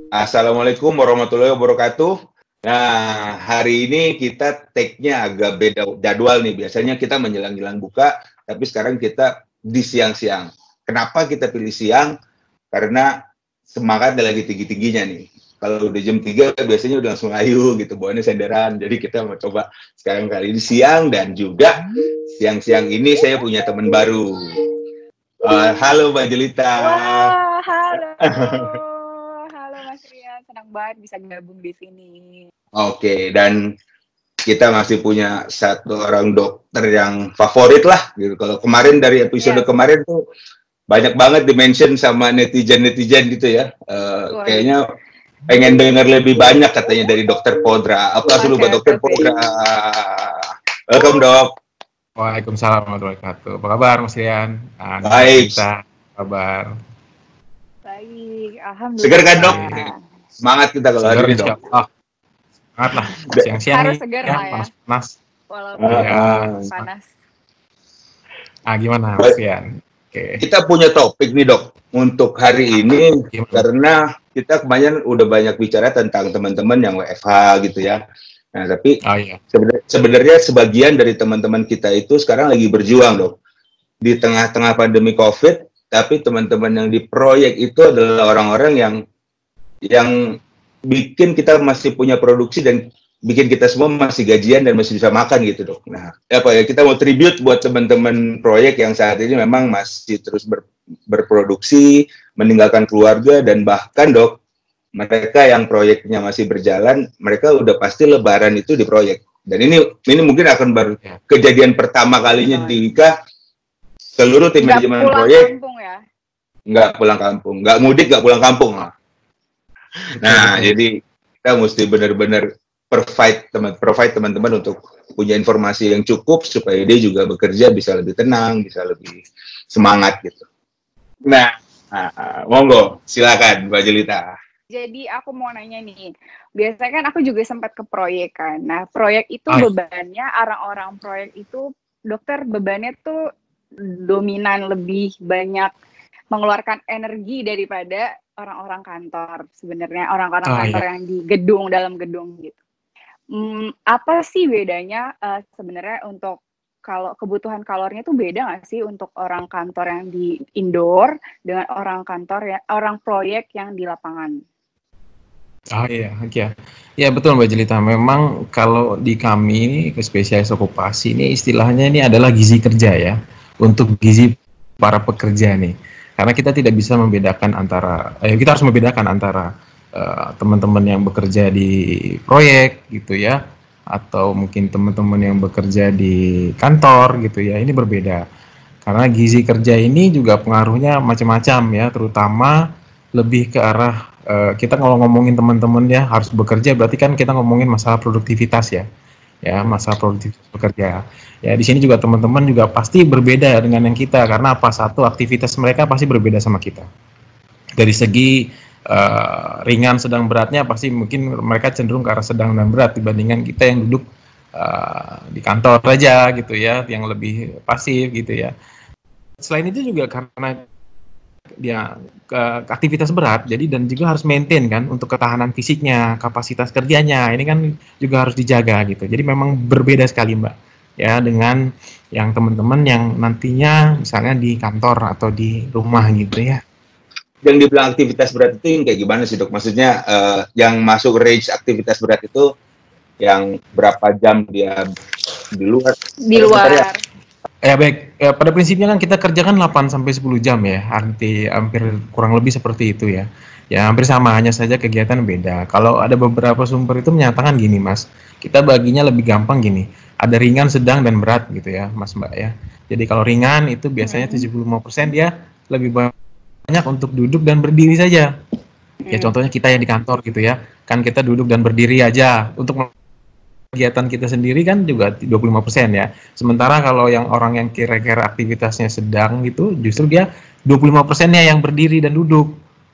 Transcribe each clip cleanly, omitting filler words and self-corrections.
Assalamualaikum warahmatullahi wabarakatuh. Nah, hari ini kita take-nya agak beda jadwal nih. Biasanya kita menjelang-jelang buka, tapi sekarang kita di siang-siang. Kenapa kita pilih siang? Karena semangat lagi tinggi-tingginya nih. Kalau udah jam 3 biasanya udah langsung ayu gitu, bawaannya senderan. Jadi kita mau coba sekarang kali ini siang, dan juga siang-siang ini saya punya teman baru. Halo Mbak Jelita. Wah, halo. Halo Mas Rian, senang banget bisa gabung di sini. Oke, dan kita masih punya satu orang dokter yang favorit lah gitu. Kalau kemarin dari episode kemarin tuh banyak banget dimention sama netizen gitu ya. Kayaknya pengen dengar lebih banyak katanya dari Dokter Podra. Apa dulu buat Dokter Podra? Welcome dok. Waalaikumsalam warahmatullahi wabarakatuh. Apa kabar Mas Rian? Baik. Apa kabar? Baik, alhamdulillah. Segar kan dok? Semangat kita kalau hari ini dok. Semangat lah. Siang-siang harus nih. segar lah ya. Panas. Walaupun panas. Gimana Mas Rian? Okay. Kita punya topik nih dok untuk hari ini. Karena kita kemarin udah banyak bicara tentang teman-teman yang WFH gitu ya. Nah, tapi sebenarnya sebagian dari teman-teman kita itu sekarang lagi berjuang dok di tengah-tengah pandemi COVID. Tapi teman-teman yang di proyek itu adalah orang-orang yang bikin kita masih punya produksi dan bikin kita semua masih gajian dan masih bisa makan gitu dok. Nah, kita mau tribute buat teman-teman proyek yang saat ini memang masih terus berproduksi, meninggalkan keluarga, dan bahkan dok, mereka yang proyeknya masih berjalan, mereka udah pasti lebaran itu di proyek. Dan ini mungkin akan baru kejadian pertama kalinya di Wika. Seluruh tim manajemen proyek nggak pulang kampung, nggak mudik, nggak pulang kampung. Nah, jadi kita mesti benar-benar provide teman-teman untuk punya informasi yang cukup supaya dia juga bekerja bisa lebih tenang, bisa lebih semangat gitu. Nah, monggo, silakan Mbak Jelita. Jadi aku mau nanya nih, biasanya kan aku juga sempat ke proyek kan. Nah, proyek itu bebannya, orang-orang proyek itu, dokter bebannya tuh dominan lebih banyak mengeluarkan energi daripada orang-orang kantor sebenarnya, orang-orang kantor yang di dalam gedung gitu. Apa sih bedanya sebenarnya untuk kalau kebutuhan kalorinya tuh beda nggak sih untuk orang kantor yang di indoor dengan orang proyek yang di lapangan? Ya betul Mbak Jelita. Memang kalau di kami ini spesialis okupasi ini istilahnya ini adalah gizi kerja ya. Untuk gizi para pekerja nih, karena kita tidak bisa membedakan antara, kita harus membedakan antara teman-teman yang bekerja di proyek gitu ya, atau mungkin teman-teman yang bekerja di kantor gitu ya, ini berbeda. Karena gizi kerja ini juga pengaruhnya macam-macam ya, terutama lebih ke arah kita kalau ngomongin teman-teman ya harus bekerja, berarti kan kita ngomongin masalah produktivitas ya, masalah produktivitas bekerja. Ya di sini juga teman-teman juga pasti berbeda dengan yang kita, karena satu aktivitas mereka pasti berbeda sama kita. Dari segi ringan, sedang, beratnya pasti mungkin mereka cenderung ke arah sedang dan berat dibandingkan kita yang duduk di kantor aja gitu ya, yang lebih pasif gitu ya. Selain itu juga karena dia aktivitas berat, jadi dan juga harus maintain kan untuk ketahanan fisiknya, kapasitas kerjanya, ini kan juga harus dijaga gitu. Jadi memang berbeda sekali Mbak ya dengan yang teman-teman yang nantinya misalnya di kantor atau di rumah gitu ya. Yang dibilang aktivitas berat itu yang kayak gimana sih dok? Maksudnya yang masuk range aktivitas berat itu yang berapa jam dia di luar? Di luar. Ya baik, pada prinsipnya kan kita kerjakan 8-10 jam ya, hampir kurang lebih seperti itu ya. Ya hampir sama, hanya saja kegiatan beda. Kalau ada beberapa sumber itu menyatakan gini Mas, kita baginya lebih gampang gini, ada ringan, sedang, dan berat gitu ya Mas Mbak ya. Jadi kalau ringan itu biasanya 75% dia lebih banyak untuk duduk dan berdiri saja. Ya contohnya kita yang di kantor gitu ya, kan kita duduk dan berdiri aja. Untuk kegiatan kita sendiri kan juga 25% ya. Sementara kalau yang orang yang kira-kira aktivitasnya sedang gitu, justru dia 25%-nya yang berdiri dan duduk.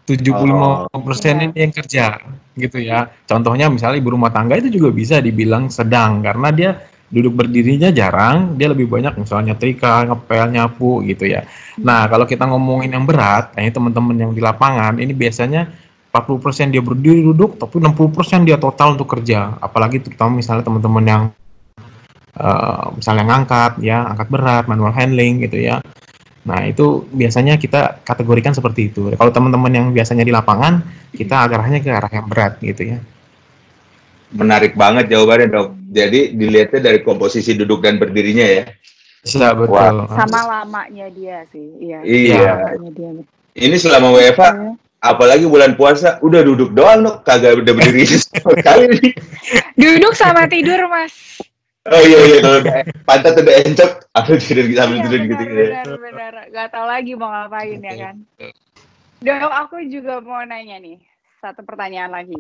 75% ini yang kerja gitu ya. Contohnya misalnya ibu rumah tangga itu juga bisa dibilang sedang karena dia duduk berdirinya jarang, dia lebih banyak misalnya nyetrika, ngepel, nyapu gitu ya. Nah, kalau kita ngomongin yang berat, ini teman-teman yang di lapangan ini biasanya 40% dia berdiri duduk, tapi 60% dia total untuk kerja. Apalagi terutama misalnya teman-teman yang misalnya ngangkat, ya, angkat berat, manual handling gitu ya. Nah, itu biasanya kita kategorikan seperti itu. Kalau teman-teman yang biasanya di lapangan, kita arahnya ke arah yang berat gitu ya. Menarik banget jawabannya, Dok. Jadi dilihatnya dari komposisi duduk dan berdirinya ya. Bisa, betul. Sama lamanya dia sih. Iya. Dia. Ini selama WFH, apalagi bulan puasa, udah duduk doang, Dok. Kagak udah berdiri sekali. Duduk sama tidur, Mas. Oh iya, kalau pantat udah encok, aku tidur sambil tidur gitu. Benar. Gak tau lagi mau ngapain ya kan. Dok, aku juga mau nanya nih, satu pertanyaan lagi.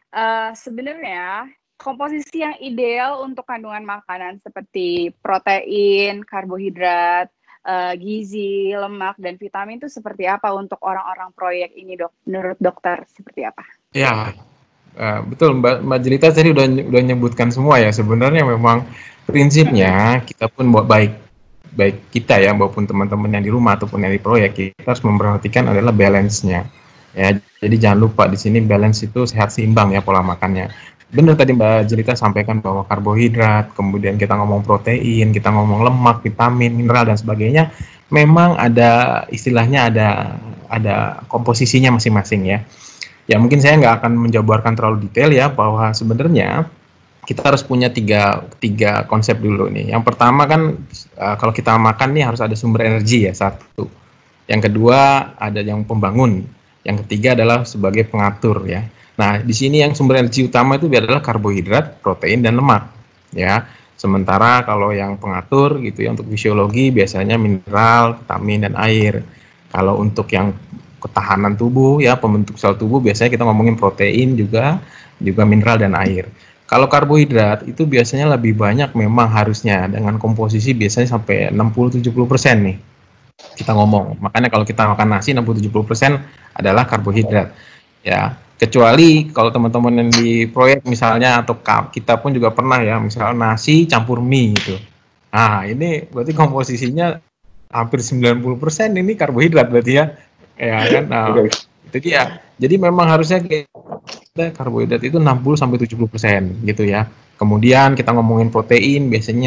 Sebenarnya komposisi yang ideal untuk kandungan makanan seperti protein, karbohidrat, gizi, lemak, dan vitamin itu seperti apa untuk orang-orang proyek ini, Dok? Menurut dokter seperti apa? Ya, betul Mbak Jelita tadi udah nyebutkan semua ya. Sebenarnya memang prinsipnya kita pun baik kita ya maupun teman-teman yang di rumah ataupun yang di proyek, kita harus memperhatikan adalah balance-nya. Ya, jadi jangan lupa di sini balance itu sehat seimbang ya pola makannya. Benar tadi Mbak Jelita sampaikan bahwa karbohidrat, kemudian kita ngomong protein, kita ngomong lemak, vitamin, mineral dan sebagainya, memang ada istilahnya ada komposisinya masing-masing ya. Ya mungkin saya nggak akan menjabarkan terlalu detail ya, bahwa sebenarnya kita harus punya tiga konsep dulu nih. Yang pertama kan kalau kita makan nih harus ada sumber energi ya, satu. Yang kedua ada yang pembangun. Yang ketiga adalah sebagai pengatur ya. Nah di sini yang sumber energi utama itu adalah karbohidrat, protein dan lemak ya. Sementara kalau yang pengatur gitu ya, untuk fisiologi biasanya mineral, vitamin dan air. Kalau untuk yang ketahanan tubuh ya, pembentuk sel tubuh, biasanya kita ngomongin protein juga mineral dan air. Kalau karbohidrat itu biasanya lebih banyak memang harusnya, dengan komposisi biasanya sampai 60-70% nih kita ngomong. Makanya kalau kita makan nasi 60-70% adalah karbohidrat ya. Kecuali kalau teman-teman yang di proyek misalnya, atau kita pun juga pernah ya, misalnya nasi campur mie gitu. Nah ini berarti komposisinya hampir 90% ini karbohidrat berarti ya. Ya kan, nah, itu dia. Jadi memang harusnya kita karbohidrat itu 60-70% gitu ya. Kemudian kita ngomongin protein biasanya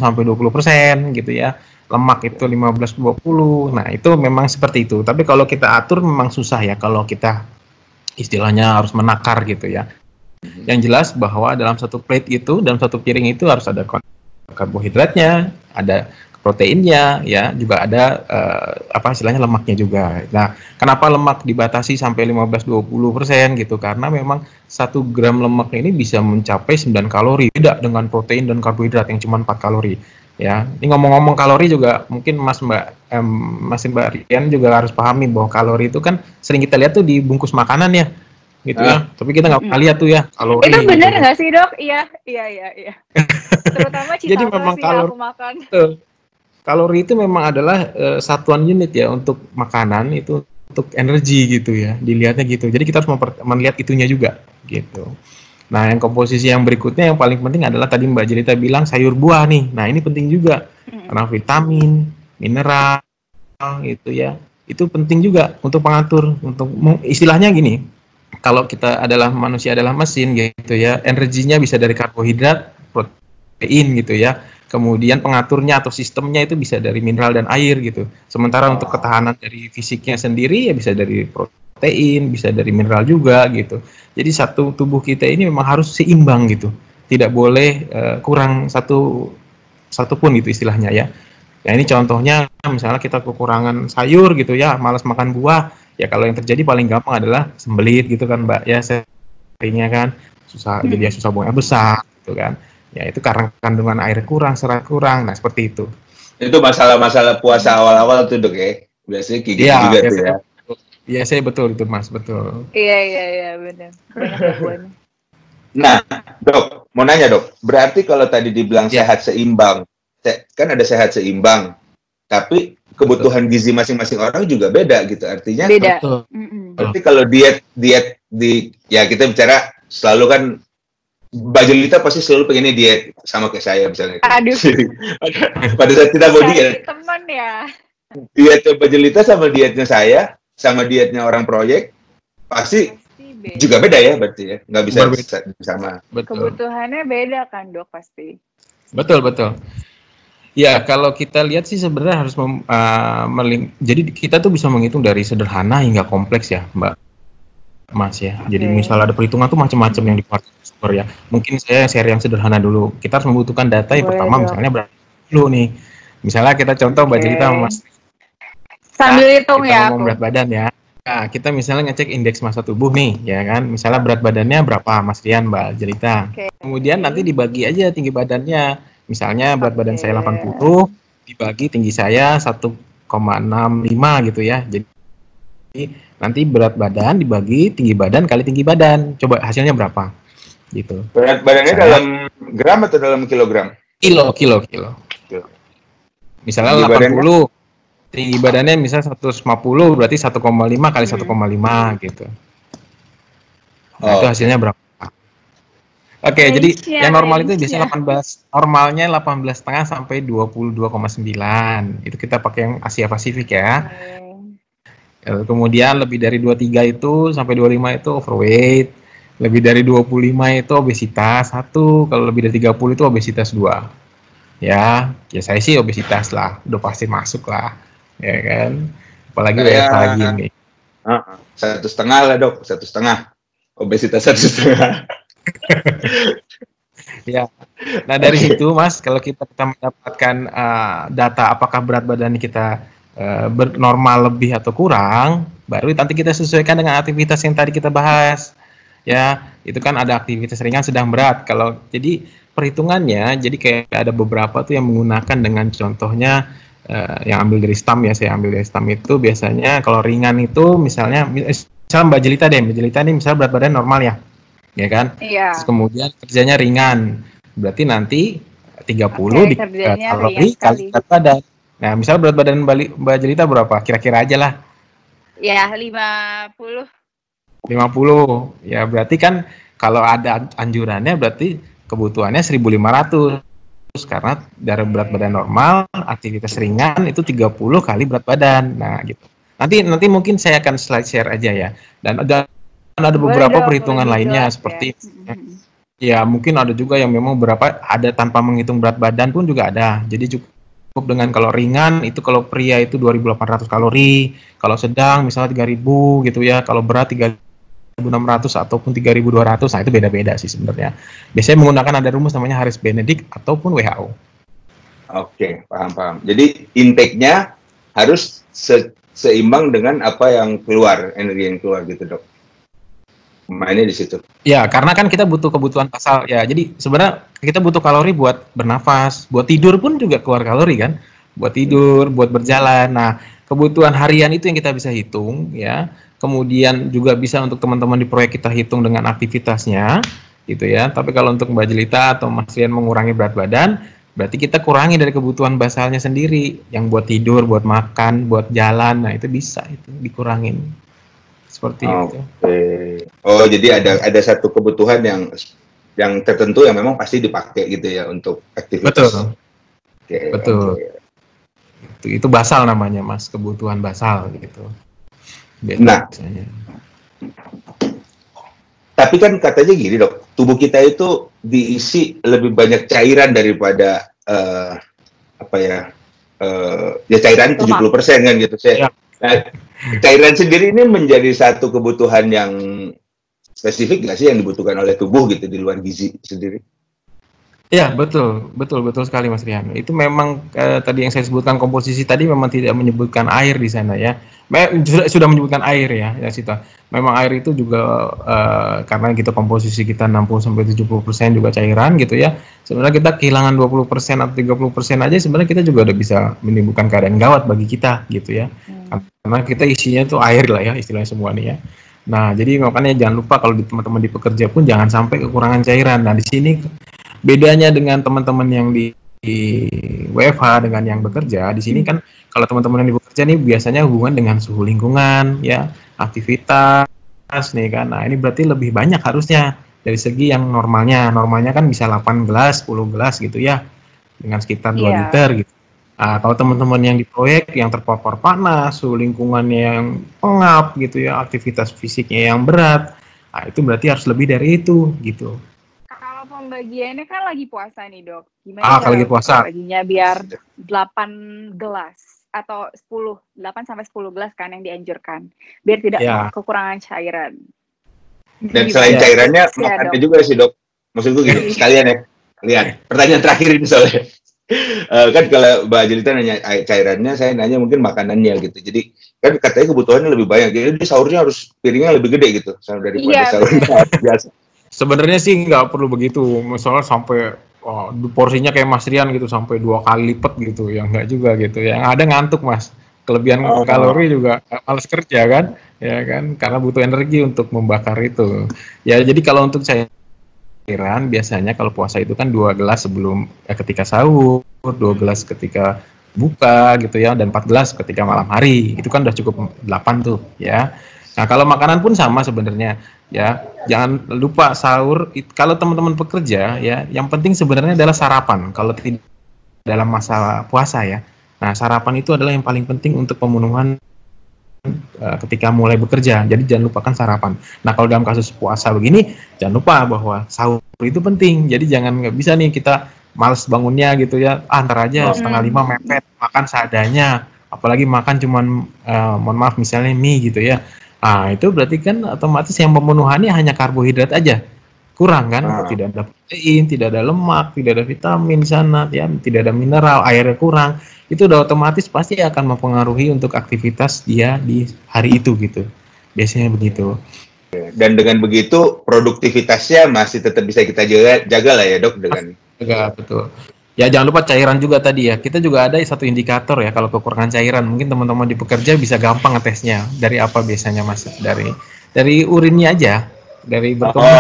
10-20% gitu ya. Lemak itu 15-20. Nah, itu memang seperti itu. Tapi kalau kita atur memang susah ya kalau kita istilahnya harus menakar gitu ya. Yang jelas bahwa dalam satu plate itu, dalam satu piring itu harus ada karbohidratnya, ada proteinnya ya, juga ada istilahnya lemaknya juga. Nah, kenapa lemak dibatasi sampai 15-20% gitu? Karena memang 1 gram lemak ini bisa mencapai 9 kalori, beda dengan protein dan karbohidrat yang cuma 4 kalori. Ya, ini ngomong-ngomong kalori juga mungkin Mbak Rian juga harus pahami bahwa kalori itu kan sering kita lihat tuh di bungkus makanan ya, gitu ya. Tapi kita nggak pernah lihat tuh ya kalori. Itu benar nggak sih, Dok? Iya. Terutama jadi memang sih aku makan. Kalori itu memang adalah satuan unit ya untuk makanan, itu untuk energi gitu ya, dilihatnya gitu. Jadi kita harus melihat itunya juga gitu. Nah, yang komposisi yang berikutnya yang paling penting adalah tadi Mbak Jelita bilang sayur buah nih. Nah, ini penting juga karena vitamin, mineral gitu ya. Itu penting juga untuk pengatur, untuk istilahnya gini. Kalau kita adalah manusia adalah mesin gitu ya, energinya bisa dari karbohidrat, protein gitu ya. Kemudian pengaturnya atau sistemnya itu bisa dari mineral dan air gitu. Sementara untuk ketahanan dari fisiknya sendiri ya bisa dari protein, bisa dari mineral juga gitu. Jadi satu tubuh kita ini memang harus seimbang gitu. Tidak boleh kurang satu pun gitu istilahnya ya. Ya ini contohnya misalnya kita kekurangan sayur gitu ya, malas makan buah, ya kalau yang terjadi paling gampang adalah sembelit gitu kan Mbak ya, seringnya kan susah, jadi susah buang air besar gitu kan. Ya itu karena kandungan air kurang, serat kurang. Nah seperti itu. Itu masalah-masalah puasa awal-awal tuh Dok ya. Biasanya kayak gitu juga tuh ya. Iya saya betul itu Mas, betul. Iya benar. Nah Dok, mau nanya Dok. Berarti kalau tadi dibilang sehat seimbang, kan ada sehat seimbang. Tapi kebutuhan gizi masing-masing orang juga beda gitu. Artinya beda. Berarti kalau diet ya kita bicara selalu kan Mbak Jelita pasti selalu pengennya diet sama kayak saya misalnya. Aduh. Pada saat kita mau diet. Teman ya. Diet Mbak Jelita sama dietnya saya, sama dietnya orang proyek, pasti juga beda ya berarti ya, nggak bisa sama. Kebutuhannya beda kan dok pasti. Betul. Ya kalau kita lihat sih sebenarnya harus jadi kita tuh bisa menghitung dari sederhana hingga kompleks ya Mbak Mas ya. Jadi misal ada perhitungan tuh macam-macam yang dipakai ya. Mungkin saya share yang sederhana dulu. Kita harus membutuhkan data yang pertama misalnya berapa dulu nih. Misalnya kita contoh Mbak Jelita Mas. Sambil hitung ya. Kita berat badan ya. Nah, kita misalnya ngecek indeks massa tubuh nih, ya kan? Misalnya berat badannya berapa, Mas Rian, Mbak Jelita. Kemudian nanti dibagi aja tinggi badannya. Misalnya berat badan saya 80, dibagi tinggi saya 1,65 gitu ya. Jadi nanti berat badan dibagi tinggi badan kali tinggi badan. Coba hasilnya berapa? Gitu. Berat badannya dalam gram atau dalam kilogram? Kilo. Misalnya tinggi 80. Tinggi badannya misalnya 150, berarti 1,5 kali 1,5 gitu. Nah, itu hasilnya berapa? Oke, jadi yang normal itu biasanya 18, normalnya 18,5 sampai 22,9. Itu kita pakai yang Asia Pasifik ya. Kemudian lebih dari 23 itu sampai 25 itu overweight. Lebih dari 25 itu obesitas 1, kalau lebih dari 30 itu obesitas 2. Ya saya sih obesitas lah, udah pasti masuk lah. Ya kan, apalagi WFH gini. 1,5 lah dok, 1,5 obesitas 1,5. Ya, nah dari situ Mas, kalau kita mendapatkan data apakah berat badan kita normal lebih atau kurang, baru nanti kita sesuaikan dengan aktivitas yang tadi kita bahas. Ya, itu kan ada aktivitas ringan, sedang, berat. Kalau jadi perhitungannya, jadi kayak ada beberapa tuh yang menggunakan dengan contohnya. Yang ambil dari STAM ya, saya ambil dari STAM itu biasanya kalau ringan itu misalnya Mbak Jelita ini misalnya berat badan normal ya kan? Iya. Terus kemudian kerjanya ringan, berarti nanti 30 kalori kali berat badan. Nah, misalnya berat badan Mbak Jelita berapa? Kira-kira aja lah. Ya 50. Ya berarti kan kalau ada anjurannya berarti kebutuhannya 1.500. Karena dari berat badan normal, aktivitas ringan itu 30 kali berat badan. Nah, gitu. Nanti mungkin saya akan slide share aja ya. Dan ada beberapa perhitungan lainnya seperti ya mungkin ada juga yang memang ada tanpa menghitung berat badan pun juga ada. Jadi cukup dengan kalau ringan itu kalau pria itu 2.800 kalori, kalau sedang misalnya 3.000 gitu ya, kalau berat 3.600 ataupun 3.200, nah itu beda-beda sih sebenarnya. Biasanya menggunakan ada rumus namanya Harris-Benedict ataupun WHO. Oke, paham. Jadi intake-nya harus seimbang dengan apa yang keluar, energi yang keluar gitu dok. Mainnya di situ. Ya, karena kan kita butuh kebutuhan basal ya. Jadi sebenarnya kita butuh kalori buat bernafas, buat tidur pun juga keluar kalori kan. Buat tidur, buat berjalan. Nah, kebutuhan harian itu yang kita bisa hitung ya. Kemudian juga bisa untuk teman-teman di proyek kita hitung dengan aktivitasnya gitu ya. Tapi kalau untuk Mbak Jelita atau Mas Rian mengurangi berat badan, berarti kita kurangi dari kebutuhan basalnya sendiri, yang buat tidur, buat makan, buat jalan. Nah, itu bisa itu dikurangin. Seperti itu. Oh, jadi ada satu kebutuhan yang tertentu yang memang pasti dipakai gitu ya untuk aktivitas. Betul. Itu basal namanya, Mas, kebutuhan basal gitu. Nah, tapi kan katanya gini dok, tubuh kita itu diisi lebih banyak cairan daripada cairan 70% kan gitu. Nah, cairan sendiri ini menjadi satu kebutuhan yang spesifik nggak sih yang dibutuhkan oleh tubuh gitu di luar gizi sendiri? Ya, betul sekali Mas Rian. Itu memang tadi yang saya sebutkan komposisi tadi memang tidak menyebutkan air di sana ya. Sudah menyebutkan air ya situ. Memang air itu juga karena kita komposisi kita 60-70% juga cairan gitu ya. Sebenarnya kita kehilangan 20% atau 30% aja sebenarnya kita juga udah bisa menimbulkan keadaan gawat bagi kita gitu ya. Karena kita isinya tuh air lah ya istilahnya semua nih ya. Nah, jadi makanya jangan lupa kalau teman-teman di pekerja pun jangan sampai kekurangan cairan. Nah, di sini bedanya dengan teman-teman yang di WFH dengan yang bekerja, di sini kan kalau teman-teman yang bekerja nih biasanya hubungan dengan suhu lingkungan, ya, aktivitas nih kan. Nah, ini berarti lebih banyak harusnya dari segi yang normalnya. Normalnya kan bisa 8 gelas, 10 gelas gitu ya, dengan sekitar 2 liter gitu. Nah, kalau teman-teman yang di proyek yang terpapar panas, suhu lingkungannya yang pengap gitu ya, aktivitas fisiknya yang berat, Nah, itu berarti harus lebih dari itu gitu. Kalau pembagiannya kan lagi puasa nih, Dok. Gimana Kalau lagi puasa baginya biar 8 gelas atau 8 sampai 10 gelas kan yang dianjurkan. Biar tidak kekurangan cairan. Dan selain cairannya, makannya juga sih, Dok. Maksudku gini, sekalian ya. Lihat, pertanyaan terakhir ini soalnya. Kan kalau Mbak Jelita nanya cairannya, saya nanya mungkin makanannya gitu. Jadi kan katanya kebutuhannya lebih banyak. Jadi sahurnya harus piringnya lebih gede gitu daripada sahurnya biasa. Sebenarnya sih nggak perlu begitu. Misalnya sampai porsinya kayak Mas Rian gitu sampai 2 kali lipat gitu. Ya nggak juga gitu. Yang ada ngantuk Mas. Kelebihan kalori juga males kerja kan, ya kan? Karena butuh energi untuk membakar itu. Ya jadi kalau untuk cairan biasanya kalau puasa itu kan 2 gelas sebelum ketika sahur, 2 gelas ketika buka gitu ya, dan 4 gelas ketika malam hari. Itu kan udah cukup 8 tuh ya. Nah, kalau makanan pun sama sebenarnya ya. Jangan lupa sahur kalau teman-teman pekerja ya, yang penting sebenarnya adalah sarapan kalau tidak dalam masa puasa ya. Nah, sarapan itu adalah yang paling penting untuk pemenuhan ketika mulai bekerja. Jadi jangan lupakan sarapan. Nah, kalau dalam kasus puasa begini, jangan lupa bahwa sahur itu penting. Jadi nggak bisa nih kita males bangunnya gitu ya. Ntar aja 4:30 mepet, makan seadanya. Apalagi makan cuman mohon maaf misalnya mie gitu ya. Itu berarti kan otomatis yang pemenuhannya hanya karbohidrat aja. Kurang kan? Tidak ada protein, tidak ada lemak, tidak ada vitamin di sana, ya, tidak ada mineral, airnya kurang. Itu udah otomatis pasti akan mempengaruhi untuk aktivitas dia di hari itu gitu. Biasanya begitu. Dan dengan begitu produktivitasnya masih tetap bisa kita jaga lah ya, Dok, dengan betul. Ya jangan lupa cairan juga tadi ya. Kita juga ada satu indikator ya kalau kekurangan cairan. Mungkin teman-teman di pekerja bisa gampang ngetesnya. Dari apa biasanya Mas? Dari urinnya aja. Dari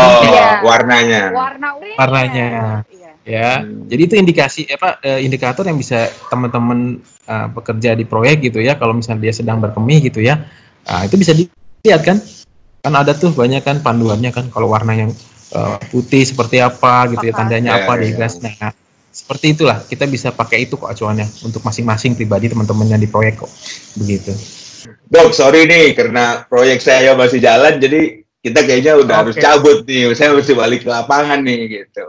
warnanya. Warnanya. Ya. Jadi itu indikator yang bisa teman-teman pekerja di proyek gitu ya. Kalau misalnya dia sedang berkemih gitu ya. Itu bisa dilihat kan? Kan ada tuh banyak kan panduannya kan kalau warna yang putih seperti apa gitu ya, tandanya apa di gas. Nah, seperti itulah kita bisa pakai itu kok acuannya untuk masing-masing pribadi teman-teman yang di proyek kok. Begitu. Dok, sorry nih karena proyek saya masih jalan jadi kita kayaknya udah harus cabut nih. Saya mesti balik ke lapangan nih gitu.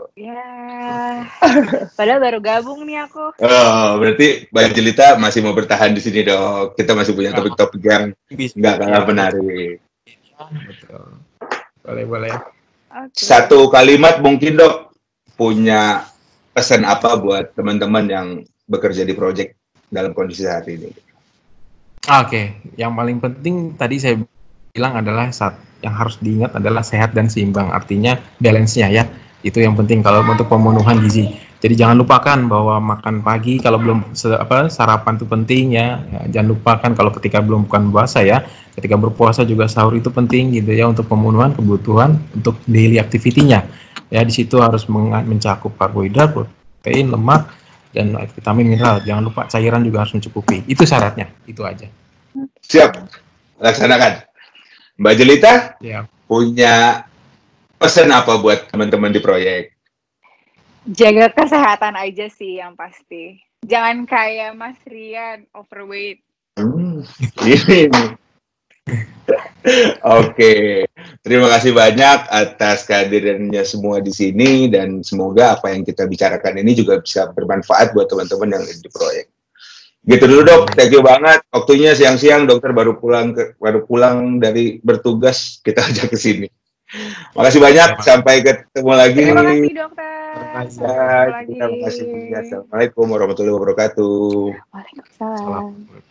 Ya. Padahal baru gabung nih aku. Berarti Mbak Jelita masih mau bertahan di sini, Dok. Kita masih punya topik-topik yang nggak kalah menarik. Betul. Boleh. Satu kalimat mungkin, Dok, punya pesan apa buat teman-teman yang bekerja di proyek dalam kondisi saat ini? Yang paling penting tadi saya bilang adalah yang harus diingat adalah sehat dan seimbang. Artinya balance-nya ya. Itu yang penting kalau untuk pemenuhan gizi. Jadi jangan lupakan bahwa makan pagi kalau belum sarapan itu penting ya. Jangan lupakan kalau ketika belum bukan puasa ya. Ketika berpuasa juga sahur itu penting gitu ya untuk pemenuhan kebutuhan untuk daily activity-nya. Ya di situ harus mencakup karbohidrat, protein, lemak dan vitamin mineral. Jangan lupa cairan juga harus mencukupi. Itu syaratnya. Itu aja. Siap. Laksanakan. Mbak Jelita punya pesan apa buat teman-teman di proyek? Jaga kesehatan aja sih yang pasti. Jangan kayak Mas Rian overweight. Ini. Oke. Terima kasih banyak atas kehadirannya semua di sini dan semoga apa yang kita bicarakan ini juga bisa bermanfaat buat teman-teman yang di proyek. Gitu dulu, Dok. Thank you banget. Waktunya siang-siang, dokter baru pulang dari bertugas, kita ajak ke sini. Makasih banyak. Sampai ketemu lagi. Terima kasih, dokter. Terima kasih. Assalamualaikum warahmatullahi wabarakatuh. Waalaikumsalam.